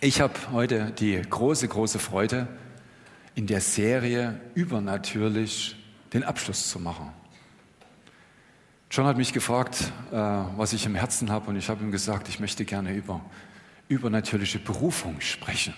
Ich habe heute die große Freude, in der Serie Übernatürlich den Abschluss zu machen. John hat mich gefragt, was ich im Herzen habe, und ich habe ihm gesagt, ich möchte gerne über übernatürliche Berufung sprechen.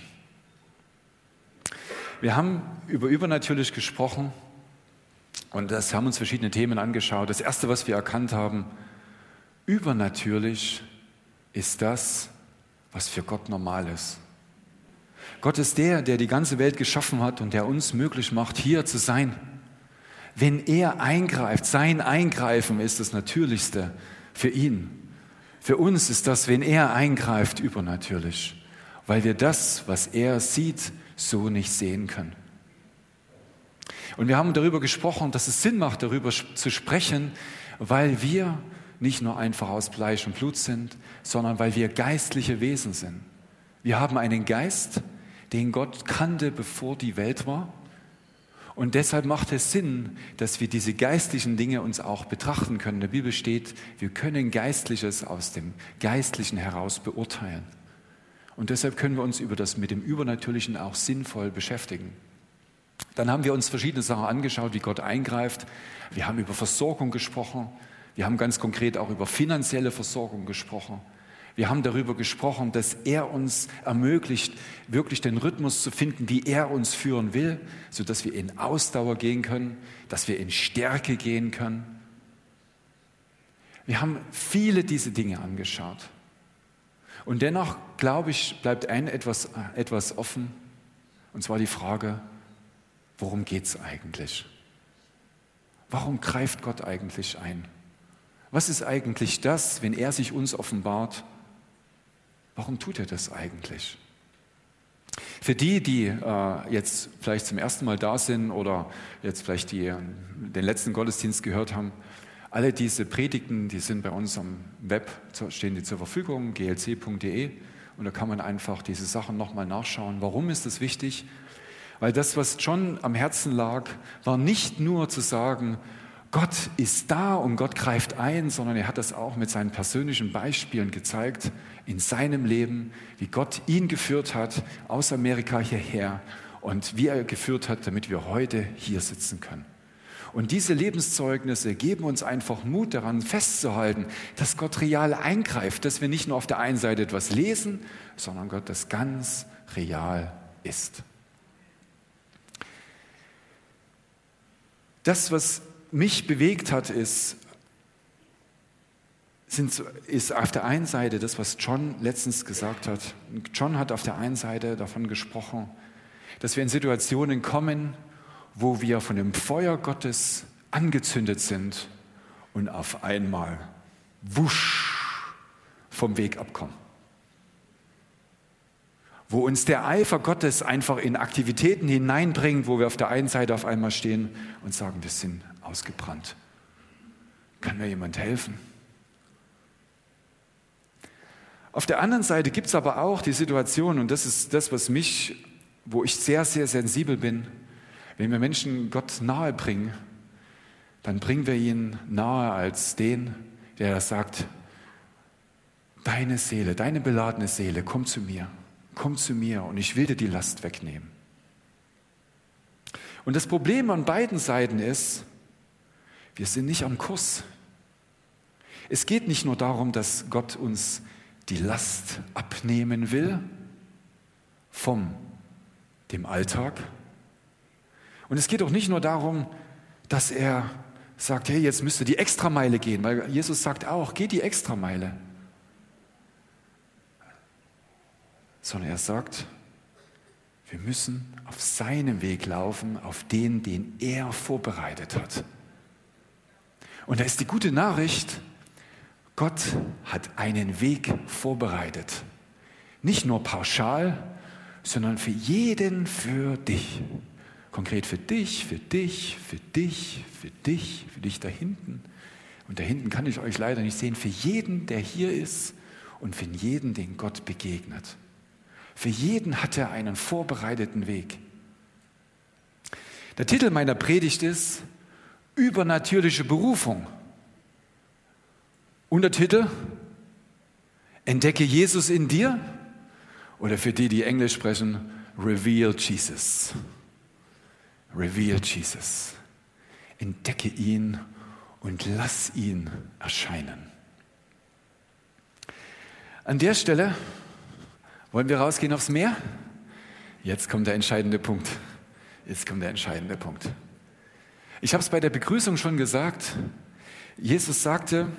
Wir haben über übernatürlich gesprochen und das haben uns verschiedene Themen angeschaut. Das erste, was wir erkannt haben, übernatürlich ist das, was für Gott normal ist. Gott ist der die ganze Welt geschaffen hat und der uns möglich macht, hier zu sein. Wenn er eingreift, sein Eingreifen ist das Natürlichste für ihn. Für uns ist das, wenn er eingreift, übernatürlich, weil wir das, was er sieht, so nicht sehen können. Und wir haben darüber gesprochen, dass es Sinn macht, darüber zu sprechen, weil wir nicht nur einfach aus Fleisch und Blut sind, sondern weil wir geistliche Wesen sind. Wir haben einen Geist, den Gott kannte, bevor die Welt war. Und deshalb macht es Sinn, dass wir diese geistlichen Dinge uns auch betrachten können. In der Bibel steht, wir können Geistliches aus dem Geistlichen heraus beurteilen. Und deshalb können wir uns über das mit dem Übernatürlichen auch sinnvoll beschäftigen. Dann haben wir uns verschiedene Sachen angeschaut, wie Gott eingreift. Wir haben über Versorgung gesprochen. Wir haben ganz konkret auch über finanzielle Versorgung gesprochen. Wir haben darüber gesprochen, dass er uns ermöglicht, wirklich den Rhythmus zu finden, wie er uns führen will, sodass wir in Ausdauer gehen können, dass wir in Stärke gehen können. Wir haben viele diese Dinge angeschaut. Und dennoch, glaube ich, bleibt etwas offen, und zwar die Frage, worum geht es eigentlich? Warum greift Gott eigentlich ein? Was ist eigentlich das, wenn er sich uns offenbart? Warum tut er das eigentlich? Für die jetzt vielleicht zum ersten Mal da sind oder jetzt vielleicht den letzten Gottesdienst gehört haben, alle diese Predigten, die sind bei uns am Web, stehen die zur Verfügung, glc.de, und da kann man einfach diese Sachen nochmal nachschauen. Warum ist das wichtig? Weil das, was John am Herzen lag, war nicht nur zu sagen, Gott ist da und Gott greift ein, sondern er hat das auch mit seinen persönlichen Beispielen gezeigt in seinem Leben, wie Gott ihn geführt hat aus Amerika hierher und wie er geführt hat, damit wir heute hier sitzen können. Und diese Lebenszeugnisse geben uns einfach Mut daran festzuhalten, dass Gott real eingreift, dass wir nicht nur auf der einen Seite etwas lesen, sondern Gott das ganz real ist. Das, was mich bewegt hat, ist auf der einen Seite das, was John letztens gesagt hat. John hat auf der einen Seite davon gesprochen, dass wir in Situationen kommen, wo wir von dem Feuer Gottes angezündet sind und auf einmal wusch vom Weg abkommen. Wo uns der Eifer Gottes einfach in Aktivitäten hineinbringt, wo wir auf der einen Seite auf einmal stehen und sagen, wir sind ausgebrannt. Kann mir jemand helfen? Auf der anderen Seite gibt es aber auch die Situation, und das ist das, wo ich sehr, sehr sensibel bin, wenn wir Menschen Gott nahe bringen, dann bringen wir ihn nahe als den, der sagt, deine Seele, deine beladene Seele, komm zu mir und ich will dir die Last wegnehmen. Und das Problem an beiden Seiten ist, wir sind nicht am Kurs. Es geht nicht nur darum, dass Gott uns die Last abnehmen will von dem Alltag. Und es geht auch nicht nur darum, dass er sagt, hey, jetzt müsst ihr die Extrameile gehen, weil Jesus sagt auch, geht die Extrameile. Sondern er sagt, wir müssen auf seinem Weg laufen, auf den er vorbereitet hat. Und da ist die gute Nachricht, Gott hat einen Weg vorbereitet. Nicht nur pauschal, sondern für jeden, für dich. Konkret für dich, für dich, für dich, für dich, für dich da hinten. Und da hinten kann ich euch leider nicht sehen. Für jeden, der hier ist und für jeden, den Gott begegnet. Für jeden hat er einen vorbereiteten Weg. Der Titel meiner Predigt ist Übernatürliche Berufung. Untertitel: Entdecke Jesus in dir Oder für die, die Englisch sprechen, reveal Jesus. Reveal Jesus. Entdecke ihn und lass ihn erscheinen. An der Stelle wollen wir rausgehen aufs Meer. Jetzt kommt der entscheidende Punkt. Ich habe es bei der Begrüßung schon gesagt. Jesus sagte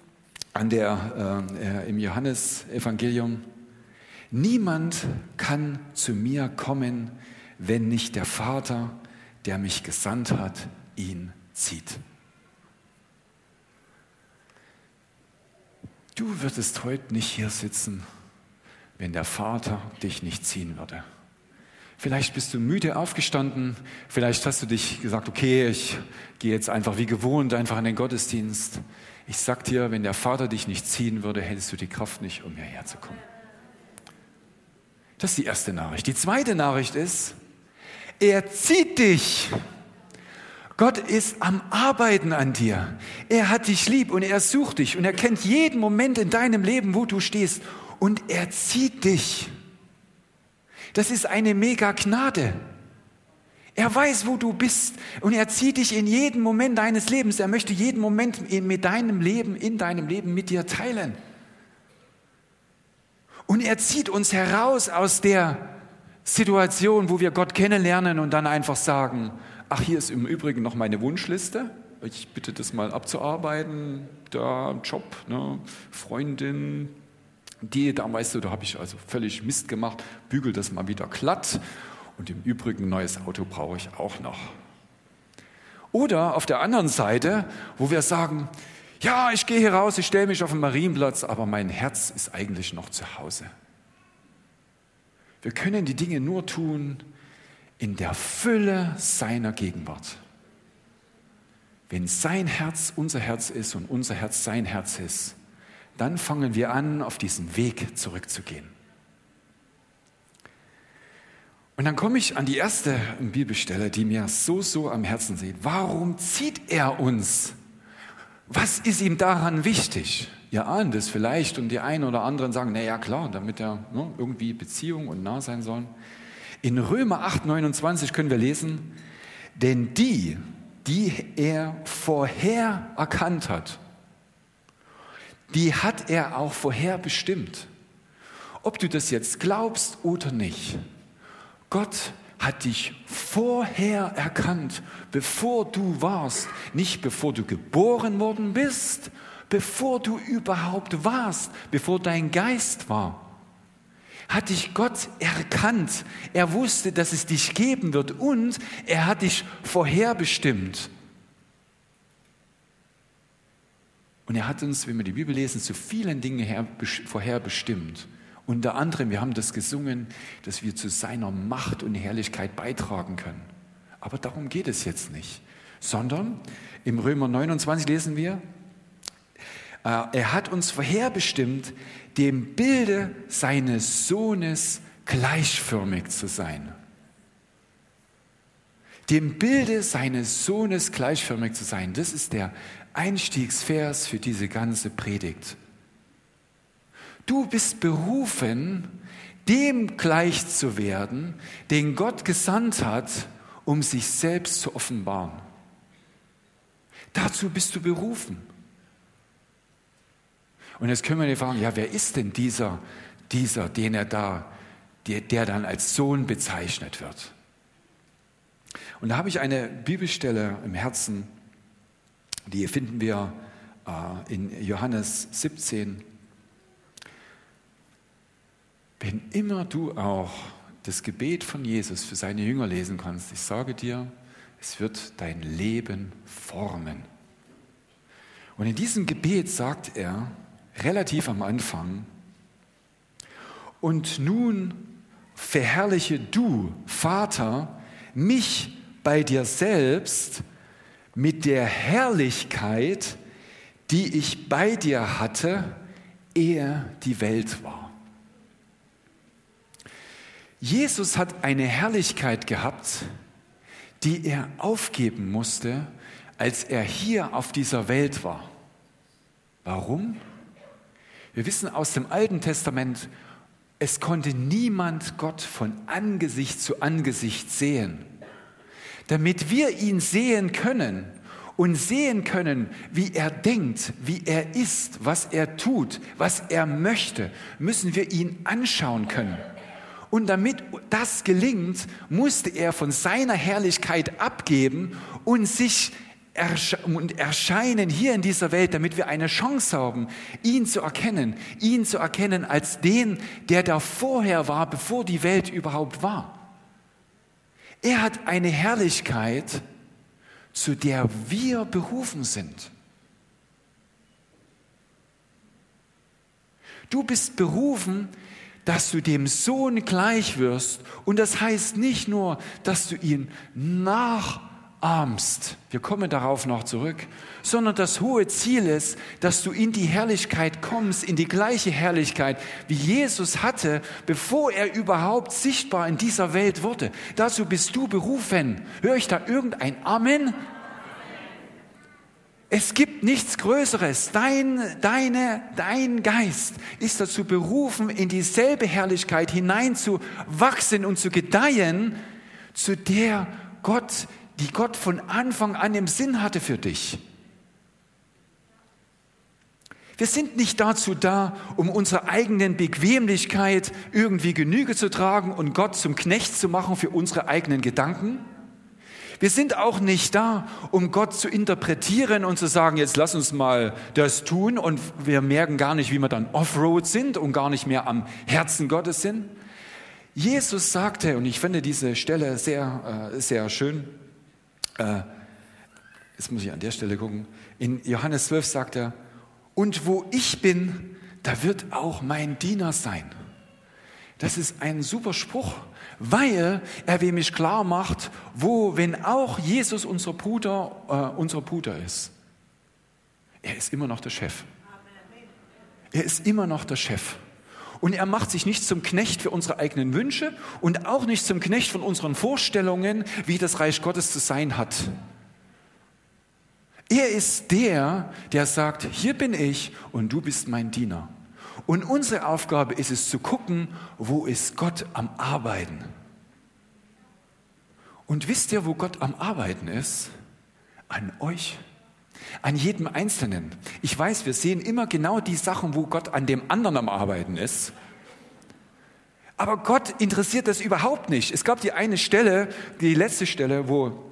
im Johannesevangelium: Niemand kann zu mir kommen, wenn nicht der Vater, der mich gesandt hat, ihn zieht. Du würdest heute nicht hier sitzen, wenn der Vater dich nicht ziehen würde. Vielleicht bist du müde aufgestanden, vielleicht hast du dich gesagt, okay, ich gehe jetzt einfach wie gewohnt einfach in den Gottesdienst. Ich sag dir, wenn der Vater dich nicht ziehen würde, hättest du die Kraft nicht, um hierher zu kommen. Das ist die erste Nachricht. Die zweite Nachricht ist, er zieht dich. Gott ist am Arbeiten an dir. Er hat dich lieb und er sucht dich und er kennt jeden Moment in deinem Leben, wo du stehst, und er zieht dich. Das ist eine mega Gnade. Er weiß, wo du bist und er zieht dich in jeden Moment deines Lebens. Er möchte jeden Moment in deinem Leben mit dir teilen. Und er zieht uns heraus aus der Situation, wo wir Gott kennenlernen und dann einfach sagen, ach, hier ist im Übrigen noch meine Wunschliste. Ich bitte das mal abzuarbeiten. Da Job, Freundin, da weißt du, da habe ich also völlig Mist gemacht. Bügel das mal wieder glatt. Und im Übrigen ein neues Auto brauche ich auch noch. Oder auf der anderen Seite, wo wir sagen, ja, ich gehe hier raus, ich stelle mich auf den Marienplatz, aber mein Herz ist eigentlich noch zu Hause. Wir können die Dinge nur tun in der Fülle seiner Gegenwart. Wenn sein Herz unser Herz ist und unser Herz sein Herz ist, dann fangen wir an, auf diesen Weg zurückzugehen. Und dann komme ich an die erste Bibelstelle, die mir so am Herzen liegt. Warum zieht er uns? Was ist ihm daran wichtig? Ihr ahnt es vielleicht und die einen oder anderen sagen, na ja klar, damit er irgendwie Beziehung und nah sein sollen. In Römer 8,29 können wir lesen, denn die er vorher erkannt hat, die hat er auch vorher bestimmt. Ob du das jetzt glaubst oder nicht, Gott hat dich vorher erkannt, bevor du warst, nicht bevor du geboren worden bist, bevor du überhaupt warst, bevor dein Geist war. Hat dich Gott erkannt. Er wusste, dass es dich geben wird und er hat dich vorherbestimmt. Und er hat uns, wenn wir die Bibel lesen, zu vielen Dingen vorherbestimmt. Unter anderem, wir haben das gesungen, dass wir zu seiner Macht und Herrlichkeit beitragen können. Aber darum geht es jetzt nicht. Sondern im Römer 29 lesen wir, er hat uns vorherbestimmt, dem Bilde seines Sohnes gleichförmig zu sein. Dem Bilde seines Sohnes gleichförmig zu sein. Das ist der Einstiegsvers für diese ganze Predigt. Du bist berufen, dem gleich zu werden, den Gott gesandt hat, um sich selbst zu offenbaren. Dazu bist du berufen. Und jetzt können wir dir fragen, ja, wer ist denn dieser, den er da, der dann als Sohn bezeichnet wird? Und da habe ich eine Bibelstelle im Herzen, die finden wir in Johannes 17. Wenn immer du auch das Gebet von Jesus für seine Jünger lesen kannst, ich sage dir, es wird dein Leben formen. Und in diesem Gebet sagt er, relativ am Anfang, und nun verherrliche du, Vater, mich bei dir selbst mit der Herrlichkeit, die ich bei dir hatte, ehe die Welt war. Jesus hat eine Herrlichkeit gehabt, die er aufgeben musste, als er hier auf dieser Welt war. Warum? Wir wissen aus dem Alten Testament, Es konnte niemand Gott von Angesicht zu Angesicht sehen. Damit wir ihn sehen können und sehen können, wie er denkt, wie er ist, was er tut, was er möchte, müssen wir ihn anschauen können. Und damit das gelingt, musste er von seiner Herrlichkeit abgeben und erscheinen hier in dieser Welt, damit wir eine Chance haben, ihn zu erkennen als den, der da vorher war, bevor die Welt überhaupt war. Er hat eine Herrlichkeit, zu der wir berufen sind. Du bist berufen, dass du dem Sohn gleich wirst. Und das heißt nicht nur, dass du ihn nachahmst, wir kommen darauf noch zurück, sondern das hohe Ziel ist, dass du in die Herrlichkeit kommst, in die gleiche Herrlichkeit, wie Jesus hatte, bevor er überhaupt sichtbar in dieser Welt wurde. Dazu bist du berufen. Höre ich da irgendein Amen? Es gibt nichts Größeres. Dein Geist ist dazu berufen, in dieselbe Herrlichkeit hineinzuwachsen und zu gedeihen, zu der die Gott von Anfang an im Sinn hatte für dich. Wir sind nicht dazu da, um unserer eigenen Bequemlichkeit irgendwie Genüge zu tragen und Gott zum Knecht zu machen für unsere eigenen Gedanken. Wir sind auch nicht da, um Gott zu interpretieren und zu sagen, jetzt lass uns mal das tun, und wir merken gar nicht, wie wir dann Offroad sind und gar nicht mehr am Herzen Gottes sind. Jesus sagte, und ich finde diese Stelle sehr, sehr schön, jetzt muss ich an der Stelle gucken, in Johannes 12 sagt er, und wo ich bin, da wird auch mein Diener sein. Das ist ein super Spruch, weil er nämlich klar macht, wenn auch Jesus unser Bruder ist, er ist immer noch der Chef. Er ist immer noch der Chef. Und er macht sich nicht zum Knecht für unsere eigenen Wünsche und auch nicht zum Knecht von unseren Vorstellungen, wie das Reich Gottes zu sein hat. Er ist der sagt, hier bin ich und du bist mein Diener. Und unsere Aufgabe ist es zu gucken, wo ist Gott am Arbeiten. Und wisst ihr, wo Gott am Arbeiten ist? An euch. An jedem Einzelnen. Ich weiß, wir sehen immer genau die Sachen, wo Gott an dem anderen am Arbeiten ist. Aber Gott interessiert das überhaupt nicht. Es gab die eine Stelle, die letzte Stelle, wo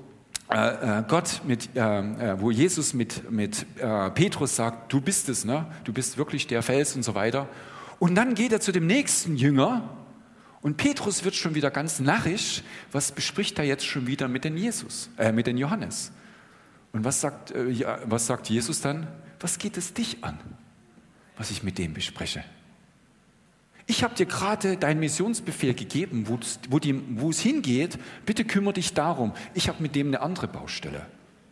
Jesus mit Petrus sagt, du bist es, ne? Du bist wirklich der Fels und so weiter. Und dann geht er zu dem nächsten Jünger und Petrus wird schon wieder ganz narrisch. Was bespricht er jetzt schon wieder mit den Johannes? Und was sagt Jesus dann? Was geht es dich an, was ich mit dem bespreche? Ich habe dir gerade deinen Missionsbefehl gegeben, wo es hingeht. Bitte kümmere dich darum. Ich habe mit dem eine andere Baustelle.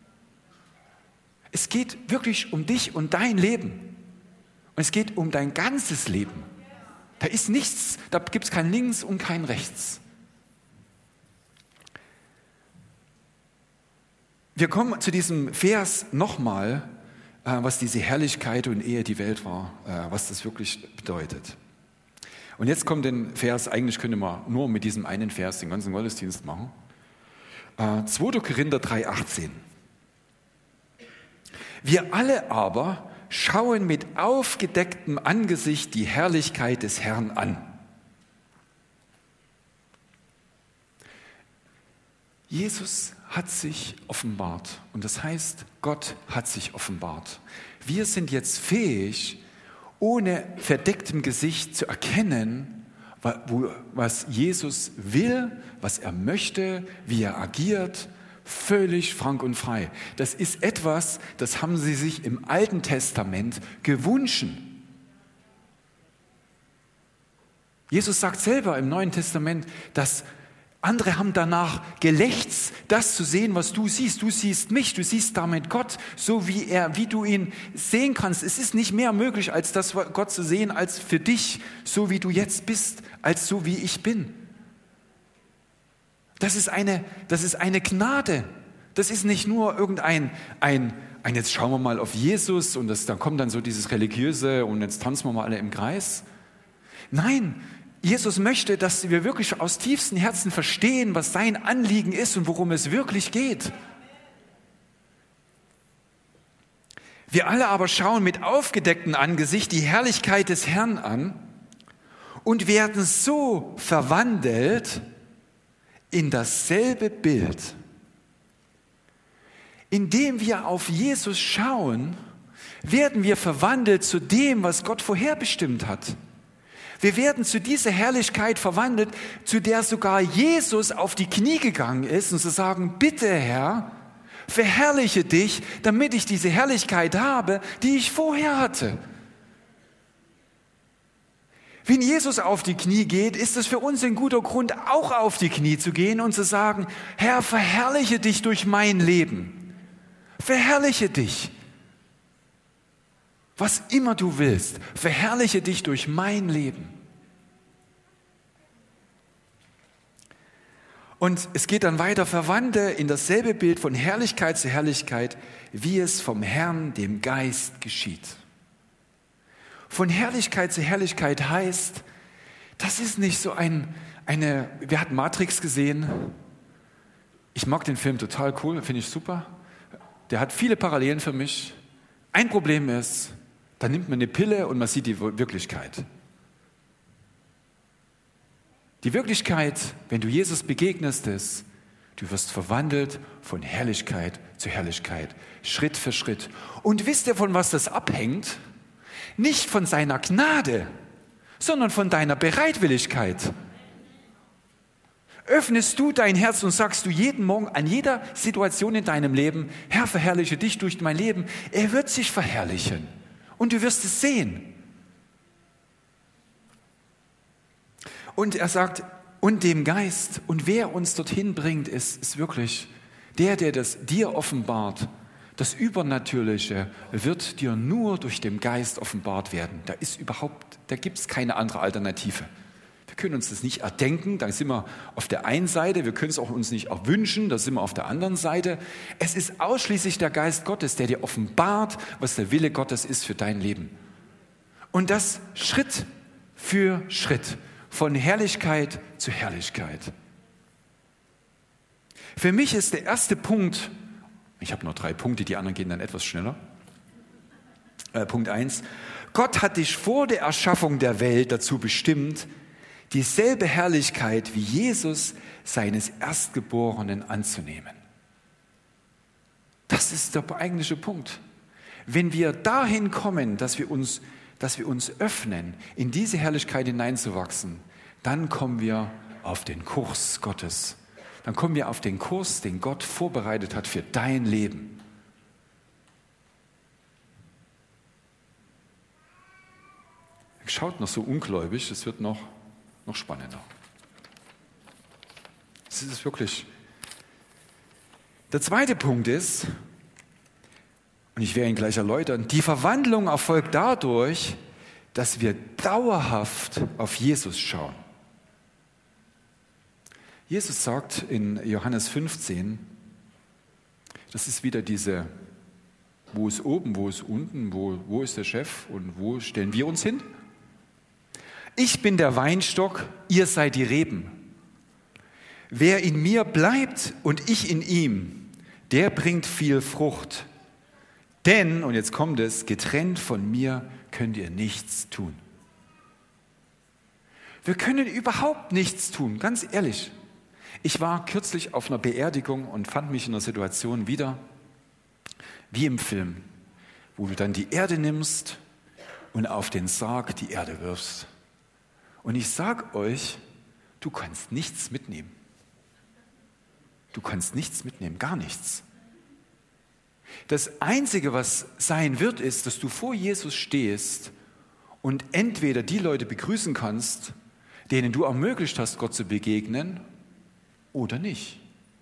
Es geht wirklich um dich und dein Leben. Und es geht um dein ganzes Leben. Da ist nichts, da gibt es kein Links und kein Rechts. Wir kommen zu diesem Vers nochmal, was diese Herrlichkeit und Ehe die Welt war, was das wirklich bedeutet. Und jetzt kommt den Vers, eigentlich könnte man nur mit diesem einen Vers den ganzen Gottesdienst machen. 2. Korinther 3,18. Wir alle aber schauen mit aufgedecktem Angesicht die Herrlichkeit des Herrn an. Jesus hat sich offenbart. Und das heißt, Gott hat sich offenbart. Wir sind jetzt fähig, ohne verdecktem Gesicht zu erkennen, was Jesus will, was er möchte, wie er agiert, völlig frank und frei. Das ist etwas, das haben sie sich im Alten Testament gewünscht. Jesus sagt selber im Neuen Testament, dass andere haben danach gelächzt, das zu sehen, was du siehst. Du siehst mich, du siehst damit Gott, so wie du ihn sehen kannst. Es ist nicht mehr möglich, als das Gott zu sehen, als für dich, so wie du jetzt bist, als so wie ich bin. Das ist eine Gnade. Das ist nicht nur jetzt schauen wir mal auf Jesus und da kommt dann so dieses Religiöse und jetzt tanzen wir mal alle im Kreis. Nein, Jesus möchte, dass wir wirklich aus tiefstem Herzen verstehen, was sein Anliegen ist und worum es wirklich geht. Wir alle aber schauen mit aufgedecktem Angesicht die Herrlichkeit des Herrn an und werden so verwandelt in dasselbe Bild. Indem wir auf Jesus schauen, werden wir verwandelt zu dem, was Gott vorherbestimmt hat. Wir werden zu dieser Herrlichkeit verwandelt, zu der sogar Jesus auf die Knie gegangen ist und zu sagen, bitte Herr, verherrliche dich, damit ich diese Herrlichkeit habe, die ich vorher hatte. Wenn Jesus auf die Knie geht, ist es für uns ein guter Grund, auch auf die Knie zu gehen und zu sagen, Herr, verherrliche dich durch mein Leben. Verherrliche dich. Was immer du willst, verherrliche dich durch mein Leben. Und es geht dann weiter, verwandle in dasselbe Bild von Herrlichkeit zu Herrlichkeit, wie es vom Herrn, dem Geist, geschieht. Von Herrlichkeit zu Herrlichkeit heißt, das ist nicht so wir hatten Matrix gesehen. Ich mag den Film total cool, finde ich super. Der hat viele Parallelen für mich. Ein Problem ist, da nimmt man eine Pille und man sieht die Wirklichkeit. Die Wirklichkeit, wenn du Jesus begegnest, ist, du wirst verwandelt von Herrlichkeit zu Herrlichkeit, Schritt für Schritt. Und wisst ihr, von was das abhängt? Nicht von seiner Gnade, sondern von deiner Bereitwilligkeit. Öffnest du dein Herz und sagst du jeden Morgen an jeder Situation in deinem Leben, Herr, verherrliche dich durch mein Leben. Er wird sich verherrlichen und du wirst es sehen. Und er sagt, und dem Geist, und wer uns dorthin bringt, ist wirklich der das dir offenbart. Das Übernatürliche wird dir nur durch den Geist offenbart werden. Da gibt es keine andere Alternative. Wir können uns das nicht erdenken, da sind wir auf der einen Seite, wir können es auch uns nicht erwünschen, da sind wir auf der anderen Seite. Es ist ausschließlich der Geist Gottes, der dir offenbart, was der Wille Gottes ist für dein Leben. Und das Schritt für Schritt, von Herrlichkeit zu Herrlichkeit. Für mich ist der erste Punkt, ich habe noch 3 Punkte, die anderen gehen dann etwas schneller. Punkt 1, Gott hat dich vor der Erschaffung der Welt dazu bestimmt, dieselbe Herrlichkeit wie Jesus seines Erstgeborenen anzunehmen. Das ist der eigentliche Punkt. Wenn wir dahin kommen, dass wir uns öffnen, in diese Herrlichkeit hineinzuwachsen, dann kommen wir auf den Kurs Gottes. Dann kommen wir auf den Kurs, den Gott vorbereitet hat für dein Leben. Schaut noch so ungläubig, es wird noch spannender. Das ist wirklich. Der zweite Punkt ist, und ich werde ihn gleich erläutern, die Verwandlung erfolgt dadurch, dass wir dauerhaft auf Jesus schauen. Jesus sagt in Johannes 15, das ist wieder diese, wo ist oben, wo ist unten, wo ist der Chef und wo stellen wir uns hin? Ich bin der Weinstock, ihr seid die Reben. Wer in mir bleibt und ich in ihm, der bringt viel Frucht. Denn, und jetzt kommt es, getrennt von mir könnt ihr nichts tun. Wir können überhaupt nichts tun, ganz ehrlich. Ich war kürzlich auf einer Beerdigung und fand mich in einer Situation wieder, wie im Film, wo du dann die Erde nimmst und auf den Sarg die Erde wirfst. Und ich sage euch, du kannst nichts mitnehmen. Du kannst nichts mitnehmen, gar nichts. Das Einzige, was sein wird, ist, dass du vor Jesus stehst und entweder die Leute begrüßen kannst, denen du ermöglicht hast, Gott zu begegnen, oder nicht.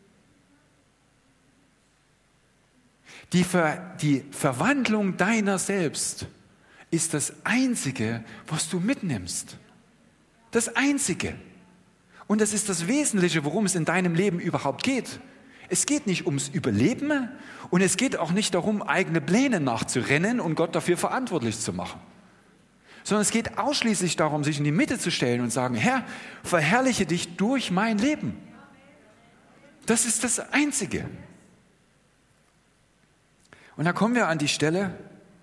Die Verwandlung deiner selbst ist das Einzige, was du mitnimmst. Das Einzige. Und das ist das Wesentliche, worum es in deinem Leben überhaupt geht. Es geht nicht ums Überleben und es geht auch nicht darum, eigene Pläne nachzurennen und Gott dafür verantwortlich zu machen. sondern es geht ausschließlich darum, sich in die Mitte zu stellen und sagen, Herr, verherrliche dich durch mein Leben. Das ist das Einzige. Und da kommen wir an die Stelle,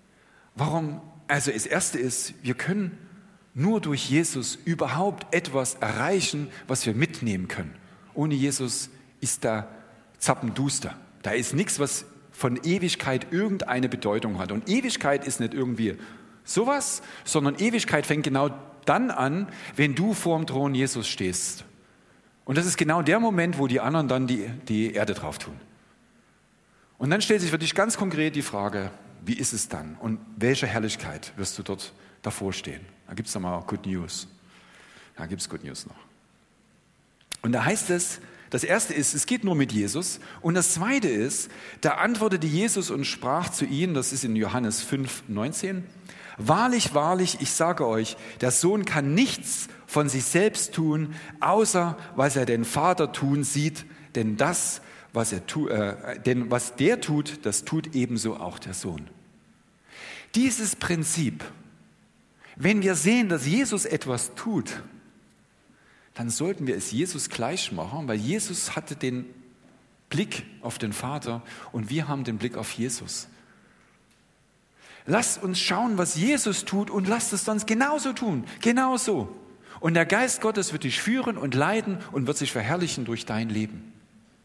das Erste ist, wir können nur durch Jesus überhaupt etwas erreichen, was wir mitnehmen können. Ohne Jesus ist da zappenduster. Da ist nichts, was von Ewigkeit irgendeine Bedeutung hat. Und Ewigkeit ist nicht irgendwie sowas, sondern Ewigkeit fängt genau dann an, wenn du vor dem Thron Jesus stehst. Und das ist genau der Moment, wo die anderen dann die Erde drauf tun. Und dann stellt sich für dich ganz konkret die Frage, wie ist es dann? Und welche Herrlichkeit wirst du dort davor stehen? Da gibt es nochmal Good News. Da gibt es Good News noch. Und da heißt es, das Erste ist, es geht nur mit Jesus. Und das Zweite ist, da antwortete Jesus und sprach zu ihnen, das ist in Johannes 5,19, wahrlich, wahrlich, ich sage euch, der Sohn kann nichts von sich selbst tun, außer was er den Vater tun sieht, denn was der tut, das tut ebenso auch der Sohn. Dieses Prinzip, wenn wir sehen, dass Jesus etwas tut, dann sollten wir es Jesus gleich machen, weil Jesus hatte den Blick auf den Vater und wir haben den Blick auf Jesus. Lasst uns schauen, was Jesus tut und lasst es sonst genauso tun, genauso. Und der Geist Gottes wird dich führen und leiten und wird sich verherrlichen durch dein Leben.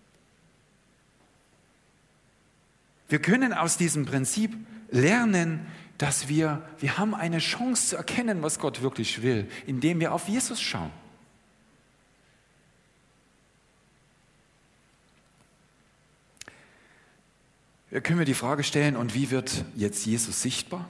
Wir können aus diesem Prinzip lernen, dass wir haben eine Chance zu erkennen, was Gott wirklich will, indem wir auf Jesus schauen. Wir können die Frage stellen, und wie wird jetzt Jesus sichtbar?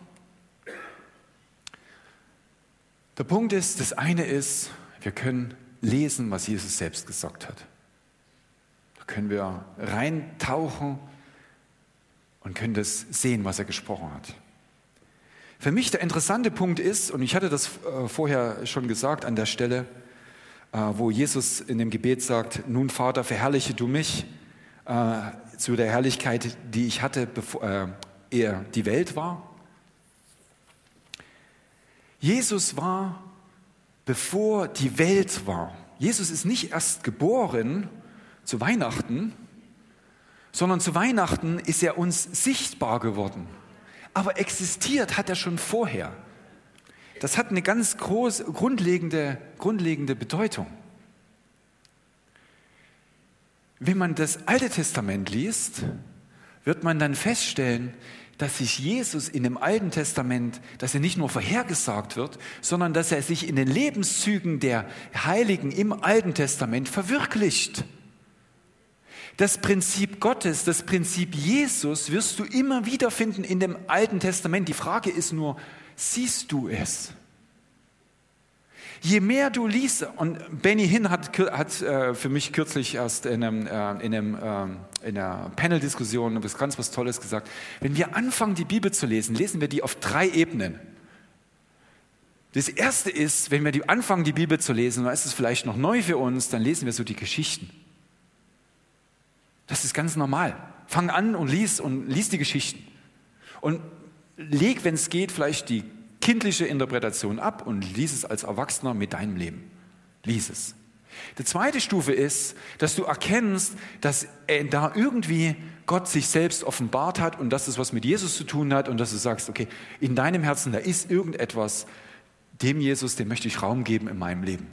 Der Punkt ist, das eine ist, wir können lesen, was Jesus selbst gesagt hat. Da können wir reintauchen und können das sehen, was er gesprochen hat. Für mich der interessante Punkt ist, und ich hatte das vorher schon gesagt an der Stelle, wo Jesus in dem Gebet sagt, nun Vater, verherrliche du mich zu der Herrlichkeit, die ich hatte, bevor er die Welt war. Jesus war, bevor die Welt war. Jesus ist nicht erst geboren zu Weihnachten, sondern zu Weihnachten ist er uns sichtbar geworden. Aber existiert hat er schon vorher. Das hat eine ganz große, grundlegende Bedeutung. Wenn man das Alte Testament liest, wird man dann feststellen, dass sich Jesus in dem Alten Testament, dass er nicht nur vorhergesagt wird, sondern dass er sich in den Lebenszügen der Heiligen im Alten Testament verwirklicht. Das Prinzip Gottes, das Prinzip Jesus wirst du immer wieder finden in dem Alten Testament. Die Frage ist nur, siehst du es? Je mehr du liest, und Benny Hinn hat für mich kürzlich erst in einer Panel-Diskussion was Tolles gesagt. Wenn wir anfangen, die Bibel zu lesen, lesen wir die auf 3 Ebenen. Das Erste ist, wenn wir anfangen, die Bibel zu lesen, dann ist es vielleicht noch neu für uns, dann lesen wir so die Geschichten. Das ist ganz normal. Fang an und lies die Geschichten. Und leg, wenn es geht, vielleicht die kindliche Interpretation ab und lies es als Erwachsener mit deinem Leben. Lies es. Die zweite Stufe ist, dass du erkennst, dass da irgendwie Gott sich selbst offenbart hat und dass es was mit Jesus zu tun hat und dass du sagst, okay, in deinem Herzen, da ist irgendetwas, dem Jesus, dem möchte ich Raum geben in meinem Leben.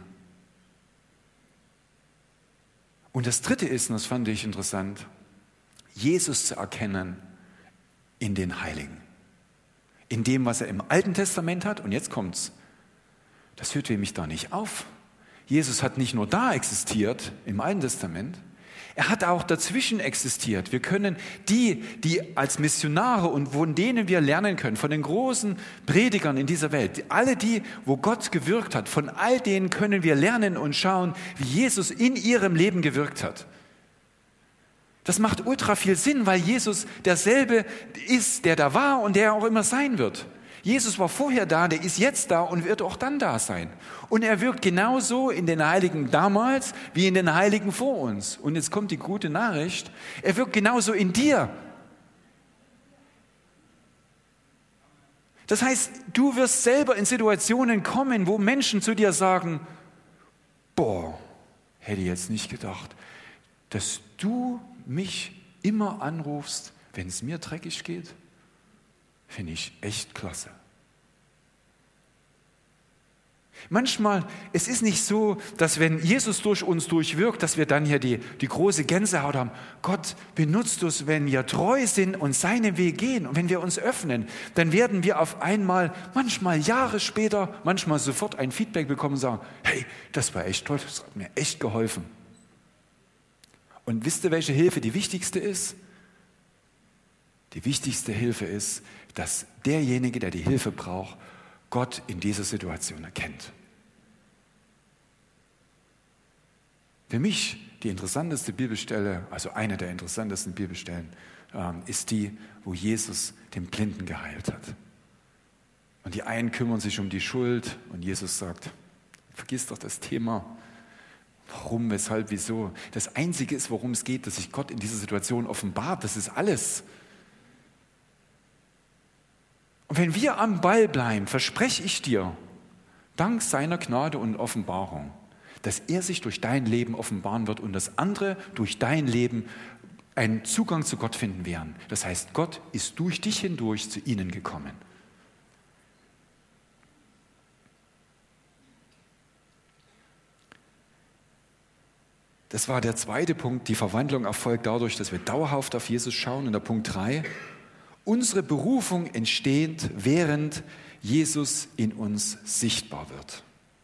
Und das dritte ist, und das fand ich interessant, Jesus zu erkennen in den Heiligen. In dem, was er im Alten Testament hat. Und jetzt kommt's. Das hört nämlich da nicht auf. Jesus hat nicht nur da existiert, im Alten Testament, er hat auch dazwischen existiert. Wir können die als Missionare und von denen wir lernen können, von den großen Predigern in dieser Welt, alle die, wo Gott gewirkt hat, von all denen können wir lernen und schauen, wie Jesus in ihrem Leben gewirkt hat. Das macht ultra viel Sinn, weil Jesus derselbe ist, der da war und der auch immer sein wird. Jesus war vorher da, der ist jetzt da und wird auch dann da sein. Und er wirkt genauso in den Heiligen damals wie in den Heiligen vor uns. Und jetzt kommt die gute Nachricht, er wirkt genauso in dir. Das heißt, du wirst selber in Situationen kommen, wo Menschen zu dir sagen, boah, hätte ich jetzt nicht gedacht, dass du mich immer anrufst, wenn es mir dreckig geht. Finde ich echt klasse. Manchmal, es ist nicht so, dass wenn Jesus durch uns durchwirkt, dass wir dann hier die große Gänsehaut haben. Gott benutzt uns, wenn wir treu sind und seinen Weg gehen. Und wenn wir uns öffnen, dann werden wir auf einmal, manchmal Jahre später, manchmal sofort ein Feedback bekommen und sagen, hey, das war echt toll, das hat mir echt geholfen. Und wisst ihr, welche Hilfe die wichtigste ist? Die wichtigste Hilfe ist, dass derjenige, der die Hilfe braucht, Gott in dieser Situation erkennt. Für mich die interessanteste Bibelstelle, also eine der interessantesten Bibelstellen, ist die, wo Jesus den Blinden geheilt hat. Und die einen kümmern sich um die Schuld und Jesus sagt, vergiss doch das Thema. Warum, weshalb, wieso? Das Einzige ist, worum es geht, dass sich Gott in dieser Situation offenbart. Das ist alles. Und wenn wir am Ball bleiben, verspreche ich dir, dank seiner Gnade und Offenbarung, dass er sich durch dein Leben offenbaren wird und dass andere durch dein Leben einen Zugang zu Gott finden werden. Das heißt, Gott ist durch dich hindurch zu ihnen gekommen. Das war der zweite Punkt. Die Verwandlung erfolgt dadurch, dass wir dauerhaft auf Jesus schauen. Und der Punkt 3, unsere Berufung entsteht, während Jesus in uns sichtbar wird.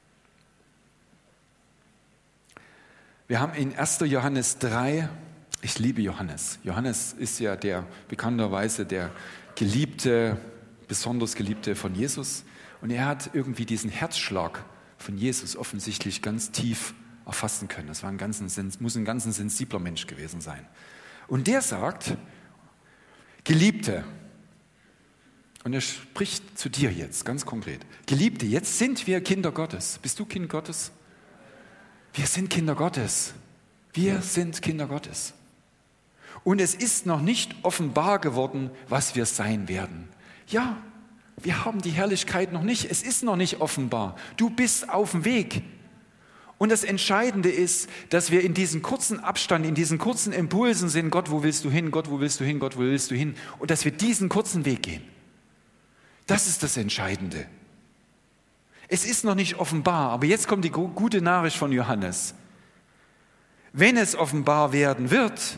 Wir haben in 1. Johannes 3, ich liebe Johannes. Johannes ist ja bekannterweise der Geliebte, besonders Geliebte von Jesus. Und er hat irgendwie diesen Herzschlag von Jesus offensichtlich ganz tief erfassen können. Das war muss ein ganz sensibler Mensch gewesen sein. Und der sagt, Geliebte, und er spricht zu dir jetzt ganz konkret, Geliebte, jetzt sind wir Kinder Gottes. Bist du Kind Gottes? Wir sind Kinder Gottes. Wir sind Kinder Gottes. Und es ist noch nicht offenbar geworden, was wir sein werden. Ja, wir haben die Herrlichkeit noch nicht. Es ist noch nicht offenbar. Du bist auf dem Weg. Und das Entscheidende ist, dass wir in diesem kurzen Abstand, in diesen kurzen Impulsen sind, Gott, wo willst du hin? Gott, wo willst du hin? Gott, wo willst du hin? Und dass wir diesen kurzen Weg gehen. Das ist das Entscheidende. Es ist noch nicht offenbar, aber jetzt kommt die gute Nachricht von Johannes. Wenn es offenbar werden wird,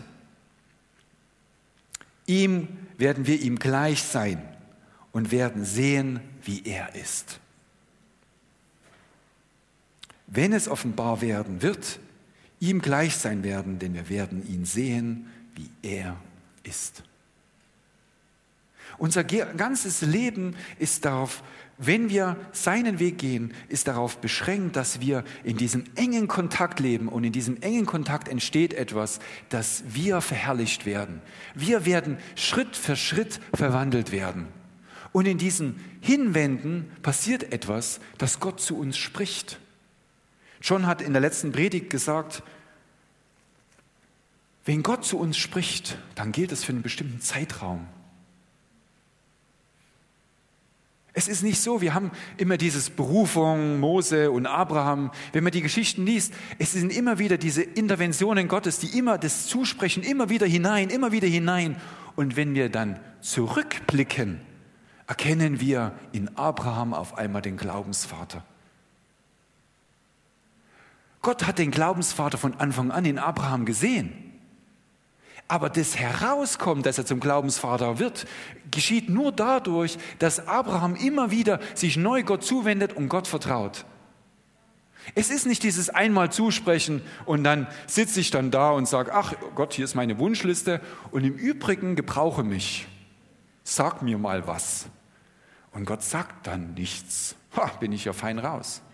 werden wir ihm gleich sein und werden sehen, wie er ist. Wenn es offenbar werden wird, ihm gleich sein werden, denn wir werden ihn sehen, wie er ist. Unser ganzes Leben ist darauf, wenn wir seinen Weg gehen, ist darauf beschränkt, dass wir in diesem engen Kontakt leben und in diesem engen Kontakt entsteht etwas, dass wir verherrlicht werden. Wir werden Schritt für Schritt verwandelt werden. Und in diesem Hinwenden passiert etwas, dass Gott zu uns spricht. John hat in der letzten Predigt gesagt, wenn Gott zu uns spricht, dann gilt es für einen bestimmten Zeitraum. Es ist nicht so, wir haben immer dieses Berufung, Mose und Abraham. Wenn man die Geschichten liest, es sind immer wieder diese Interventionen Gottes, die immer das zusprechen, immer wieder hinein, immer wieder hinein. Und wenn wir dann zurückblicken, erkennen wir in Abraham auf einmal den Glaubensvater. Gott hat den Glaubensvater von Anfang an in Abraham gesehen. Aber das Herauskommen, dass er zum Glaubensvater wird, geschieht nur dadurch, dass Abraham immer wieder sich neu Gott zuwendet und Gott vertraut. Es ist nicht dieses einmal Zusprechen und dann sitze ich dann da und sage, ach Gott, hier ist meine Wunschliste und im Übrigen gebrauche mich. Sag mir mal was. Und Gott sagt dann nichts. Bin ich ja fein raus.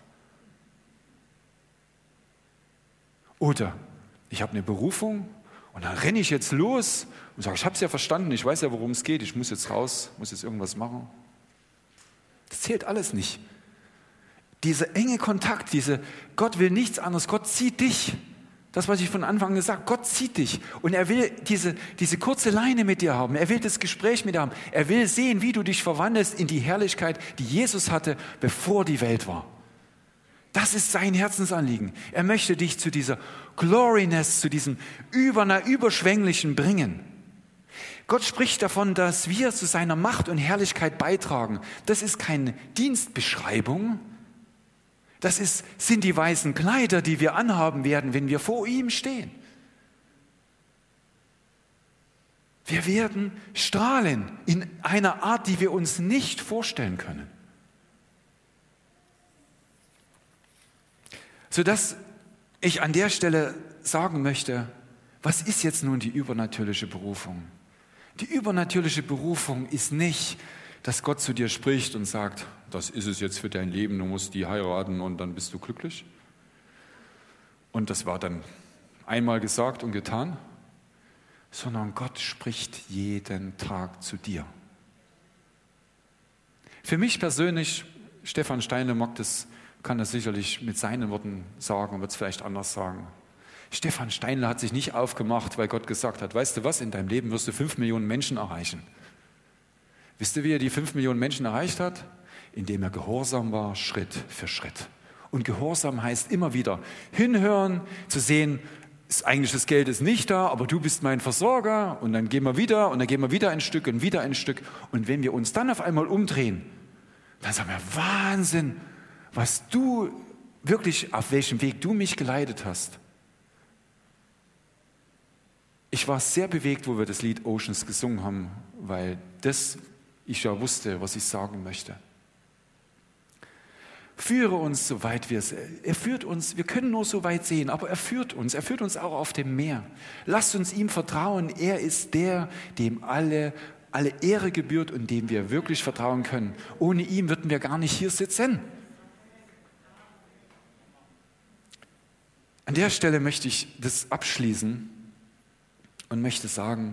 Oder ich habe eine Berufung und dann renne ich jetzt los und sage, ich habe es ja verstanden, ich weiß ja, worum es geht, ich muss jetzt raus, muss jetzt irgendwas machen. Das zählt alles nicht. Dieser enge Kontakt, Gott will nichts anderes, Gott zieht dich. Das, was ich von Anfang an gesagt habe, Gott zieht dich und er will diese kurze Leine mit dir haben. Er will das Gespräch mit dir haben. Er will sehen, wie du dich verwandelst in die Herrlichkeit, die Jesus hatte, bevor die Welt war. Das ist sein Herzensanliegen. Er möchte dich zu dieser Gloriness, zu diesem Überschwänglichen bringen. Gott spricht davon, dass wir zu seiner Macht und Herrlichkeit beitragen. Das ist keine Dienstbeschreibung. Das sind die weißen Kleider, die wir anhaben werden, wenn wir vor ihm stehen. Wir werden strahlen in einer Art, die wir uns nicht vorstellen können. Sodass ich an der Stelle sagen möchte, was ist jetzt nun die übernatürliche Berufung? Die übernatürliche Berufung ist nicht, dass Gott zu dir spricht und sagt, das ist es jetzt für dein Leben, du musst die heiraten und dann bist du glücklich. Und das war dann einmal gesagt und getan, sondern Gott spricht jeden Tag zu dir. Für mich persönlich, Stefan Steinle kann das sicherlich mit seinen Worten sagen und wird es vielleicht anders sagen. Stefan Steinle hat sich nicht aufgemacht, weil Gott gesagt hat, weißt du was, in deinem Leben wirst du 5 Millionen Menschen erreichen. Wisst ihr, wie er die 5 Millionen Menschen erreicht hat? Indem er gehorsam war, Schritt für Schritt. Und Gehorsam heißt immer wieder hinhören, zu sehen, eigentlich das Geld ist nicht da, aber du bist mein Versorger. Und dann gehen wir wieder und dann gehen wir wieder ein Stück und wieder ein Stück. Und wenn wir uns dann auf einmal umdrehen, dann sagen wir, Wahnsinn, was du wirklich, auf welchem Weg du mich geleitet hast. Ich war sehr bewegt, wo wir das Lied Oceans gesungen haben, weil ich ja wusste, was ich sagen möchte. Führe uns, soweit wir es. Er führt uns, wir können nur so weit sehen, aber er führt uns auch auf dem Meer. Lasst uns ihm vertrauen, er ist der, dem alle Ehre gebührt und dem wir wirklich vertrauen können. Ohne ihn würden wir gar nicht hier sitzen. An der Stelle möchte ich das abschließen und möchte sagen,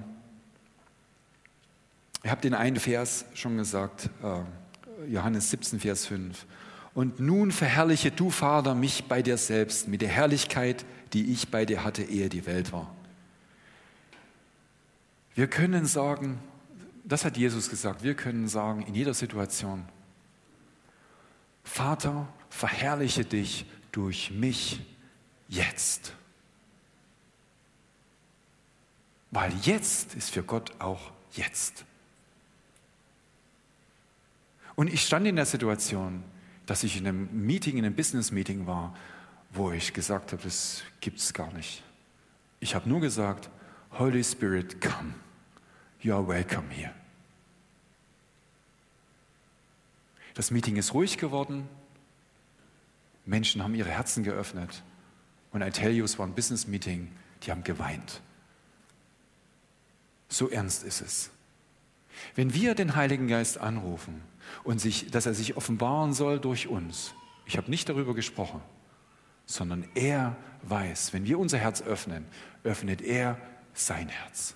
ich habe den einen Vers schon gesagt, Johannes 17, Vers 5. Und nun verherrliche du, Vater, mich bei dir selbst mit der Herrlichkeit, die ich bei dir hatte, ehe die Welt war. Wir können sagen, das hat Jesus gesagt, wir können sagen in jeder Situation, Vater, verherrliche dich durch mich jetzt. Weil jetzt ist für Gott auch jetzt. Und ich stand in der Situation, dass ich in einem Business-Meeting war, wo ich gesagt habe, das gibt es gar nicht. Ich habe nur gesagt, Holy Spirit, come. You are welcome here. Das Meeting ist ruhig geworden. Menschen haben ihre Herzen geöffnet. Und I tell you, es war ein Business-Meeting, die haben geweint. So ernst ist es. Wenn wir den Heiligen Geist anrufen und dass er sich offenbaren soll durch uns, ich habe nicht darüber gesprochen, sondern er weiß, wenn wir unser Herz öffnen, öffnet er sein Herz.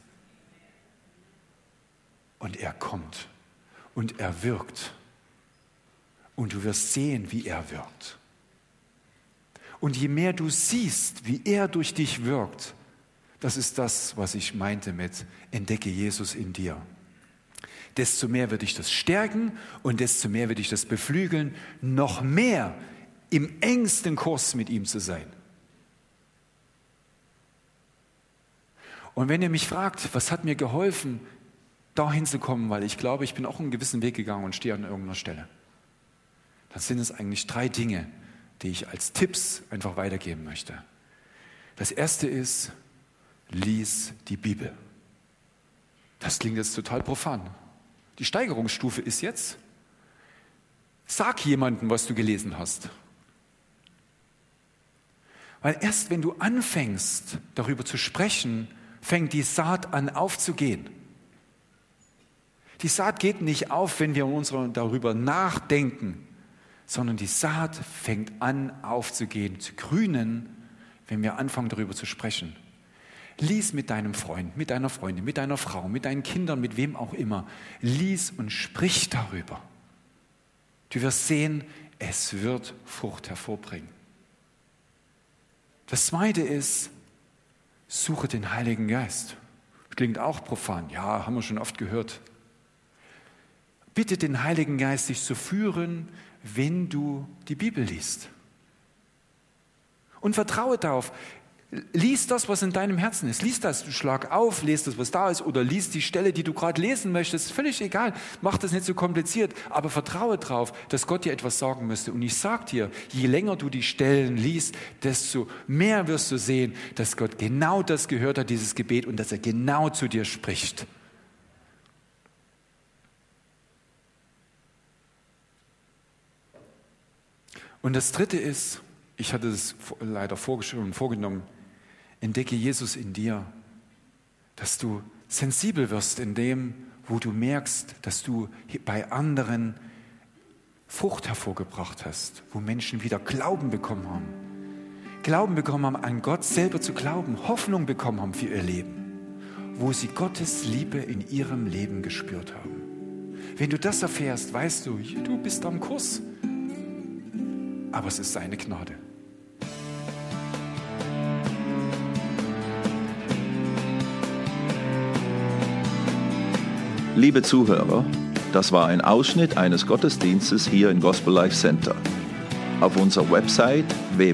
Und er kommt und er wirkt. Und du wirst sehen, wie er wirkt. Und je mehr du siehst, wie er durch dich wirkt, das ist das, was ich meinte mit entdecke Jesus in dir. Desto mehr wird dich das stärken und desto mehr wird dich das beflügeln, noch mehr im engsten Kurs mit ihm zu sein. Und wenn ihr mich fragt, was hat mir geholfen, dahin zu kommen, weil ich glaube, ich bin auch einen gewissen Weg gegangen und stehe an irgendeiner Stelle, dann sind es eigentlich 3 Dinge, die ich als Tipps einfach weitergeben möchte. Das erste ist, lies die Bibel. Das klingt jetzt total profan. Die Steigerungsstufe ist jetzt, sag jemandem, was du gelesen hast. Weil erst wenn du anfängst, darüber zu sprechen, fängt die Saat an aufzugehen. Die Saat geht nicht auf, wenn wir darüber nachdenken, sondern die Saat fängt an aufzugehen, zu grünen, wenn wir anfangen, darüber zu sprechen. Lies mit deinem Freund, mit deiner Freundin, mit deiner Frau, mit deinen Kindern, mit wem auch immer. Lies und sprich darüber. Du wirst sehen, es wird Frucht hervorbringen. Das Zweite ist, Suche den Heiligen Geist. Klingt auch profan. Ja, haben wir schon oft gehört. Bitte den Heiligen Geist, dich zu führen, wenn du die Bibel liest. Und vertraue darauf. Lies das, was in deinem Herzen ist. Lies das, du schlag auf, lest das, was da ist, oder lies die Stelle, die du gerade lesen möchtest. Völlig egal, mach das nicht so kompliziert, aber vertraue darauf, dass Gott dir etwas sagen müsste. Und ich sage dir, je länger du die Stellen liest, desto mehr wirst du sehen, dass Gott genau das gehört hat, dieses Gebet, und dass er genau zu dir spricht. Und das Dritte ist, ich hatte es leider vorgenommen, entdecke Jesus in dir, dass du sensibel wirst in dem, wo du merkst, dass du bei anderen Frucht hervorgebracht hast, wo Menschen wieder Glauben bekommen haben. Glauben bekommen haben, an Gott selber zu glauben, Hoffnung bekommen haben für ihr Leben, wo sie Gottes Liebe in ihrem Leben gespürt haben. Wenn du das erfährst, weißt du, du bist am Kurs, aber es ist seine Gnade. Liebe Zuhörer, das war ein Ausschnitt eines Gottesdienstes hier im Gospel Life Center. Auf unserer Website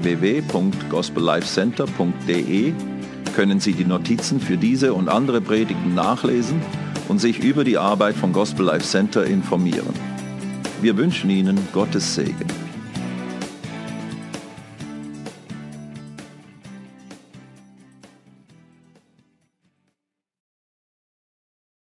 www.gospellifecenter.de können Sie die Notizen für diese und andere Predigten nachlesen und sich über die Arbeit von Gospel Life Center informieren. Wir wünschen Ihnen Gottes Segen.